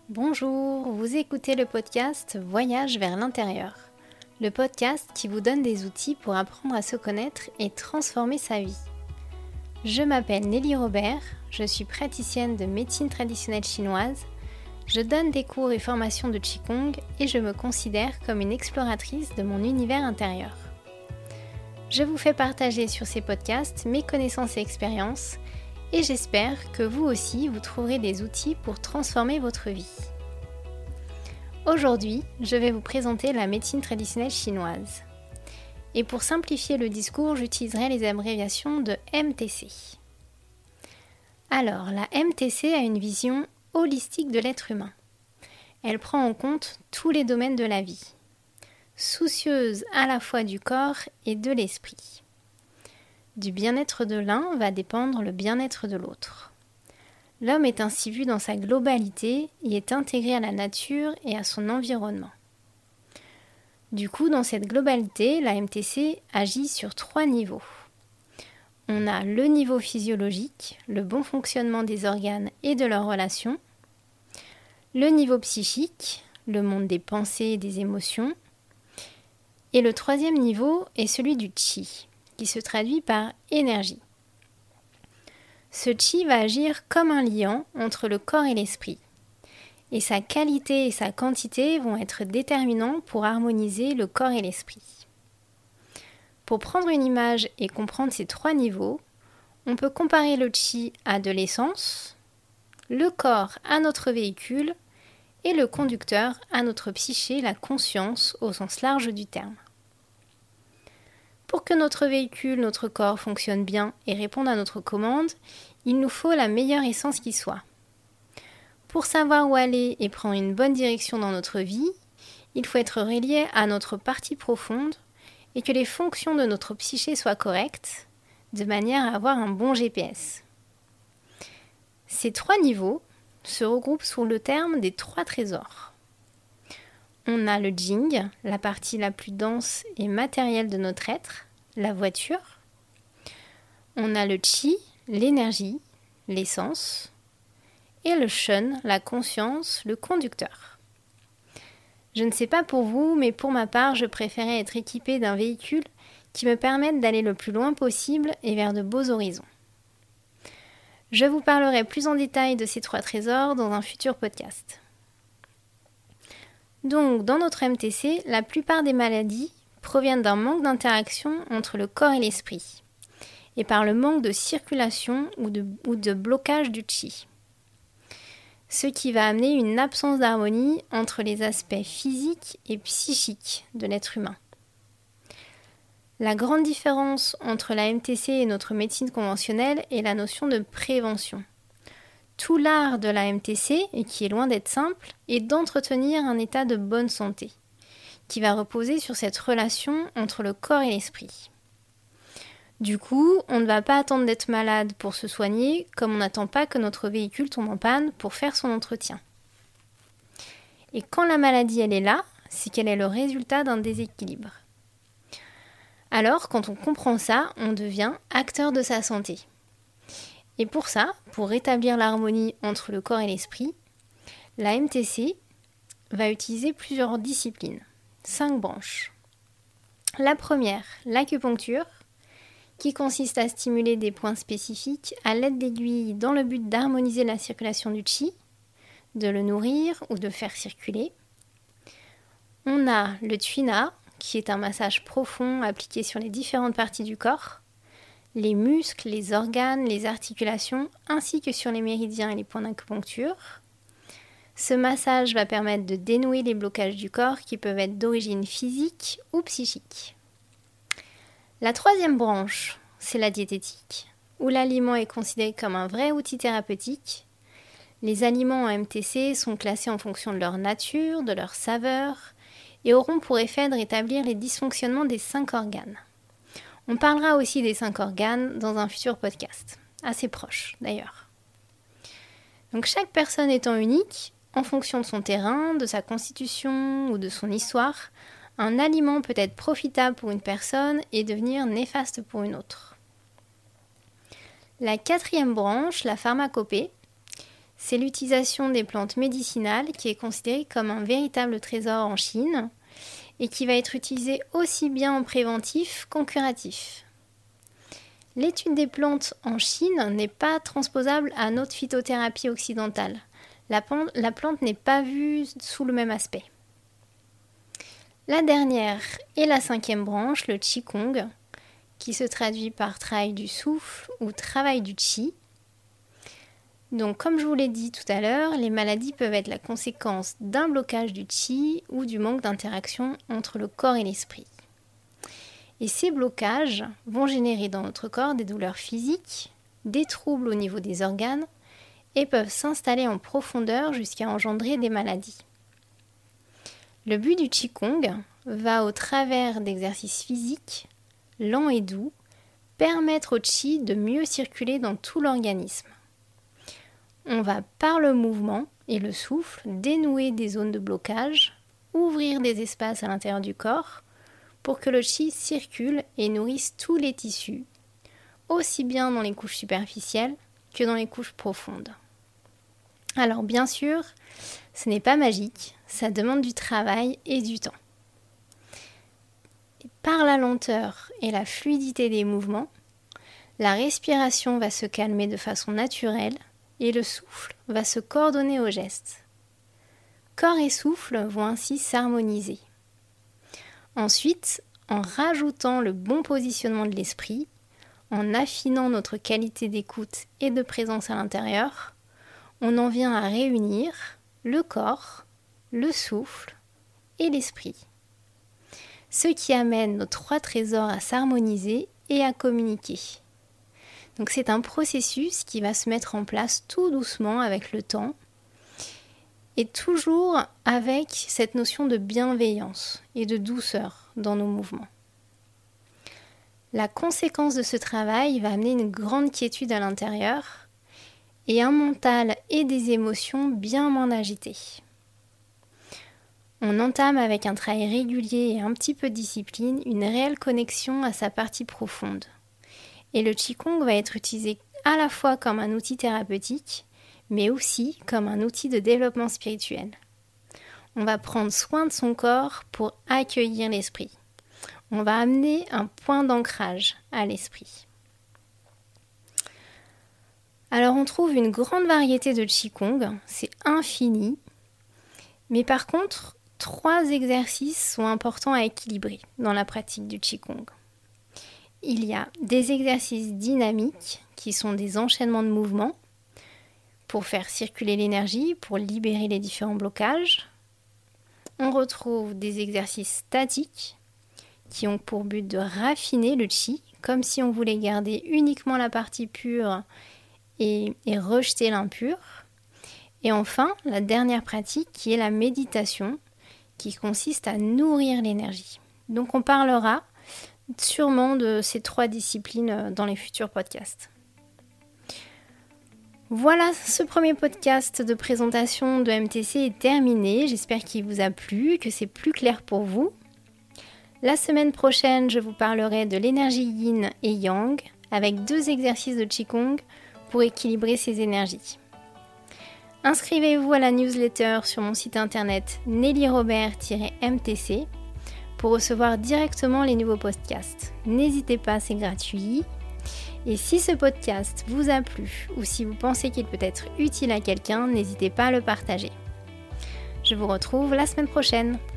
Bonjour, vous écoutez le podcast Voyage vers l'intérieur, le podcast qui vous donne des outils pour apprendre à se connaître et transformer sa vie. Je m'appelle Nelly Robert, je suis praticienne de médecine traditionnelle chinoise, je donne des cours et formations de Qigong et je me considère comme une exploratrice de mon univers intérieur. Je vous fais partager sur ces podcasts mes connaissances et expériences et j'espère que vous aussi vous trouverez des outils pour transformer votre vie. Aujourd'hui, je vais vous présenter la médecine traditionnelle chinoise. Et pour simplifier le discours, j'utiliserai les abréviations de MTC. Alors, la MTC a une vision holistique de l'être humain. Elle prend en compte tous les domaines de la vie, soucieuse à la fois du corps et de l'esprit. Du bien-être de l'un va dépendre le bien-être de l'autre. L'homme est ainsi vu dans sa globalité et est intégré à la nature et à son environnement. Du coup, dans cette globalité, la MTC agit sur 3 niveaux. On a le niveau physiologique, le bon fonctionnement des organes et de leurs relations. Le niveau psychique, le monde des pensées et des émotions. Et le 3e niveau est celui du Qi, qui se traduit par énergie. Ce Qi va agir comme un liant entre le corps et l'esprit, et sa qualité et sa quantité vont être déterminants pour harmoniser le corps et l'esprit. Pour prendre une image et comprendre ces 3 niveaux, on peut comparer le Qi à de l'essence, le corps à notre véhicule et le conducteur à notre psyché, la conscience au sens large du terme. Pour que notre véhicule, notre corps fonctionne bien et réponde à notre commande, il nous faut la meilleure essence qui soit. Pour savoir où aller et prendre une bonne direction dans notre vie, il faut être relié à notre partie profonde et que les fonctions de notre psyché soient correctes, de manière à avoir un bon GPS. Ces 3 niveaux se regroupent sous le terme des 3 trésors. On a le Jing, la partie la plus dense et matérielle de notre être, la voiture. On a le Qi, l'énergie, l'essence. Et le Shen, la conscience, le conducteur. Je ne sais pas pour vous, mais pour ma part, je préférais être équipée d'un véhicule qui me permette d'aller le plus loin possible et vers de beaux horizons. Je vous parlerai plus en détail de ces 3 trésors dans un futur podcast. Donc, dans notre MTC, la plupart des maladies proviennent d'un manque d'interaction entre le corps et l'esprit, et par le manque de circulation ou de blocage du Qi. Ce qui va amener une absence d'harmonie entre les aspects physiques et psychiques de l'être humain. La grande différence entre la MTC et notre médecine conventionnelle est la notion de prévention. Tout l'art de la MTC, et qui est loin d'être simple, est d'entretenir un état de bonne santé, qui va reposer sur cette relation entre le corps et l'esprit. Du coup, on ne va pas attendre d'être malade pour se soigner, comme on n'attend pas que notre véhicule tombe en panne pour faire son entretien. Et quand la maladie elle est là, c'est qu'elle est le résultat d'un déséquilibre. Alors, quand on comprend ça, on devient acteur de sa santé. Et pour ça, pour rétablir l'harmonie entre le corps et l'esprit, la MTC va utiliser plusieurs disciplines, 5 branches. La première, l'acupuncture, qui consiste à stimuler des points spécifiques à l'aide d'aiguilles dans le but d'harmoniser la circulation du Qi, de le nourrir ou de faire circuler. On a le Tuina, qui est un massage profond appliqué sur les différentes parties du corps, les muscles, les organes, les articulations, ainsi que sur les méridiens et les points d'acupuncture. Ce massage va permettre de dénouer les blocages du corps qui peuvent être d'origine physique ou psychique. La 3e branche, c'est la diététique, où l'aliment est considéré comme un vrai outil thérapeutique. Les aliments en MTC sont classés en fonction de leur nature, de leur saveur, et auront pour effet de rétablir les dysfonctionnements des 5 organes. On parlera aussi des 5 organes dans un futur podcast, assez proche d'ailleurs. Donc chaque personne étant unique, en fonction de son terrain, de sa constitution ou de son histoire, un aliment peut être profitable pour une personne et devenir néfaste pour une autre. La 4e branche, la pharmacopée, c'est l'utilisation des plantes médicinales qui est considérée comme un véritable trésor en Chine et qui va être utilisé aussi bien en préventif qu'en curatif. L'étude des plantes en Chine n'est pas transposable à notre phytothérapie occidentale. La plante n'est pas vue sous le même aspect. La dernière et la 5e branche, le Qigong, qui se traduit par travail du souffle ou travail du Qi. Donc, comme je vous l'ai dit tout à l'heure, les maladies peuvent être la conséquence d'un blocage du Qi ou du manque d'interaction entre le corps et l'esprit. Et ces blocages vont générer dans notre corps des douleurs physiques, des troubles au niveau des organes et peuvent s'installer en profondeur jusqu'à engendrer des maladies. Le but du Qigong va, au travers d'exercices physiques, lents et doux, permettre au Qi de mieux circuler dans tout l'organisme. On va, par le mouvement et le souffle, dénouer des zones de blocage, ouvrir des espaces à l'intérieur du corps pour que le Qi circule et nourrisse tous les tissus, aussi bien dans les couches superficielles que dans les couches profondes. Alors bien sûr, ce n'est pas magique, ça demande du travail et du temps. Et par la lenteur et la fluidité des mouvements, la respiration va se calmer de façon naturelle et le souffle va se coordonner aux gestes. Corps et souffle vont ainsi s'harmoniser. Ensuite, en rajoutant le bon positionnement de l'esprit, en affinant notre qualité d'écoute et de présence à l'intérieur, on en vient à réunir le corps, le souffle et l'esprit. Ce qui amène nos 3 trésors à s'harmoniser et à communiquer. Donc c'est un processus qui va se mettre en place tout doucement avec le temps et toujours avec cette notion de bienveillance et de douceur dans nos mouvements. La conséquence de ce travail va amener une grande quiétude à l'intérieur et un mental et des émotions bien moins agités. On entame avec un travail régulier et un petit peu de discipline une réelle connexion à sa partie profonde. Et le Qigong va être utilisé à la fois comme un outil thérapeutique, mais aussi comme un outil de développement spirituel. On va prendre soin de son corps pour accueillir l'esprit. On va amener un point d'ancrage à l'esprit. Alors on trouve une grande variété de Qigong, c'est infini, mais par contre, 3 exercices sont importants à équilibrer dans la pratique du Qigong. Il y a des exercices dynamiques qui sont des enchaînements de mouvements pour faire circuler l'énergie, pour libérer les différents blocages. On retrouve des exercices statiques qui ont pour but de raffiner le Qi, comme si on voulait garder uniquement la partie pure et rejeter l'impur. Et enfin, la dernière pratique qui est la méditation, qui consiste à nourrir l'énergie. Donc on parlera sûrement de ces 3 disciplines dans les futurs podcasts. Voilà, ce premier podcast de présentation de MTC est terminé. J'espère qu'il vous a plu, que c'est plus clair pour vous. La semaine prochaine, je vous parlerai de l'énergie yin et yang avec 2 exercices de Qigong pour équilibrer ces énergies. Inscrivez-vous à la newsletter sur mon site internet nellyrobert-mtc pour recevoir directement les nouveaux podcasts. N'hésitez pas, c'est gratuit. Et si ce podcast vous a plu ou si vous pensez qu'il peut être utile à quelqu'un, n'hésitez pas à le partager. Je vous retrouve la semaine prochaine.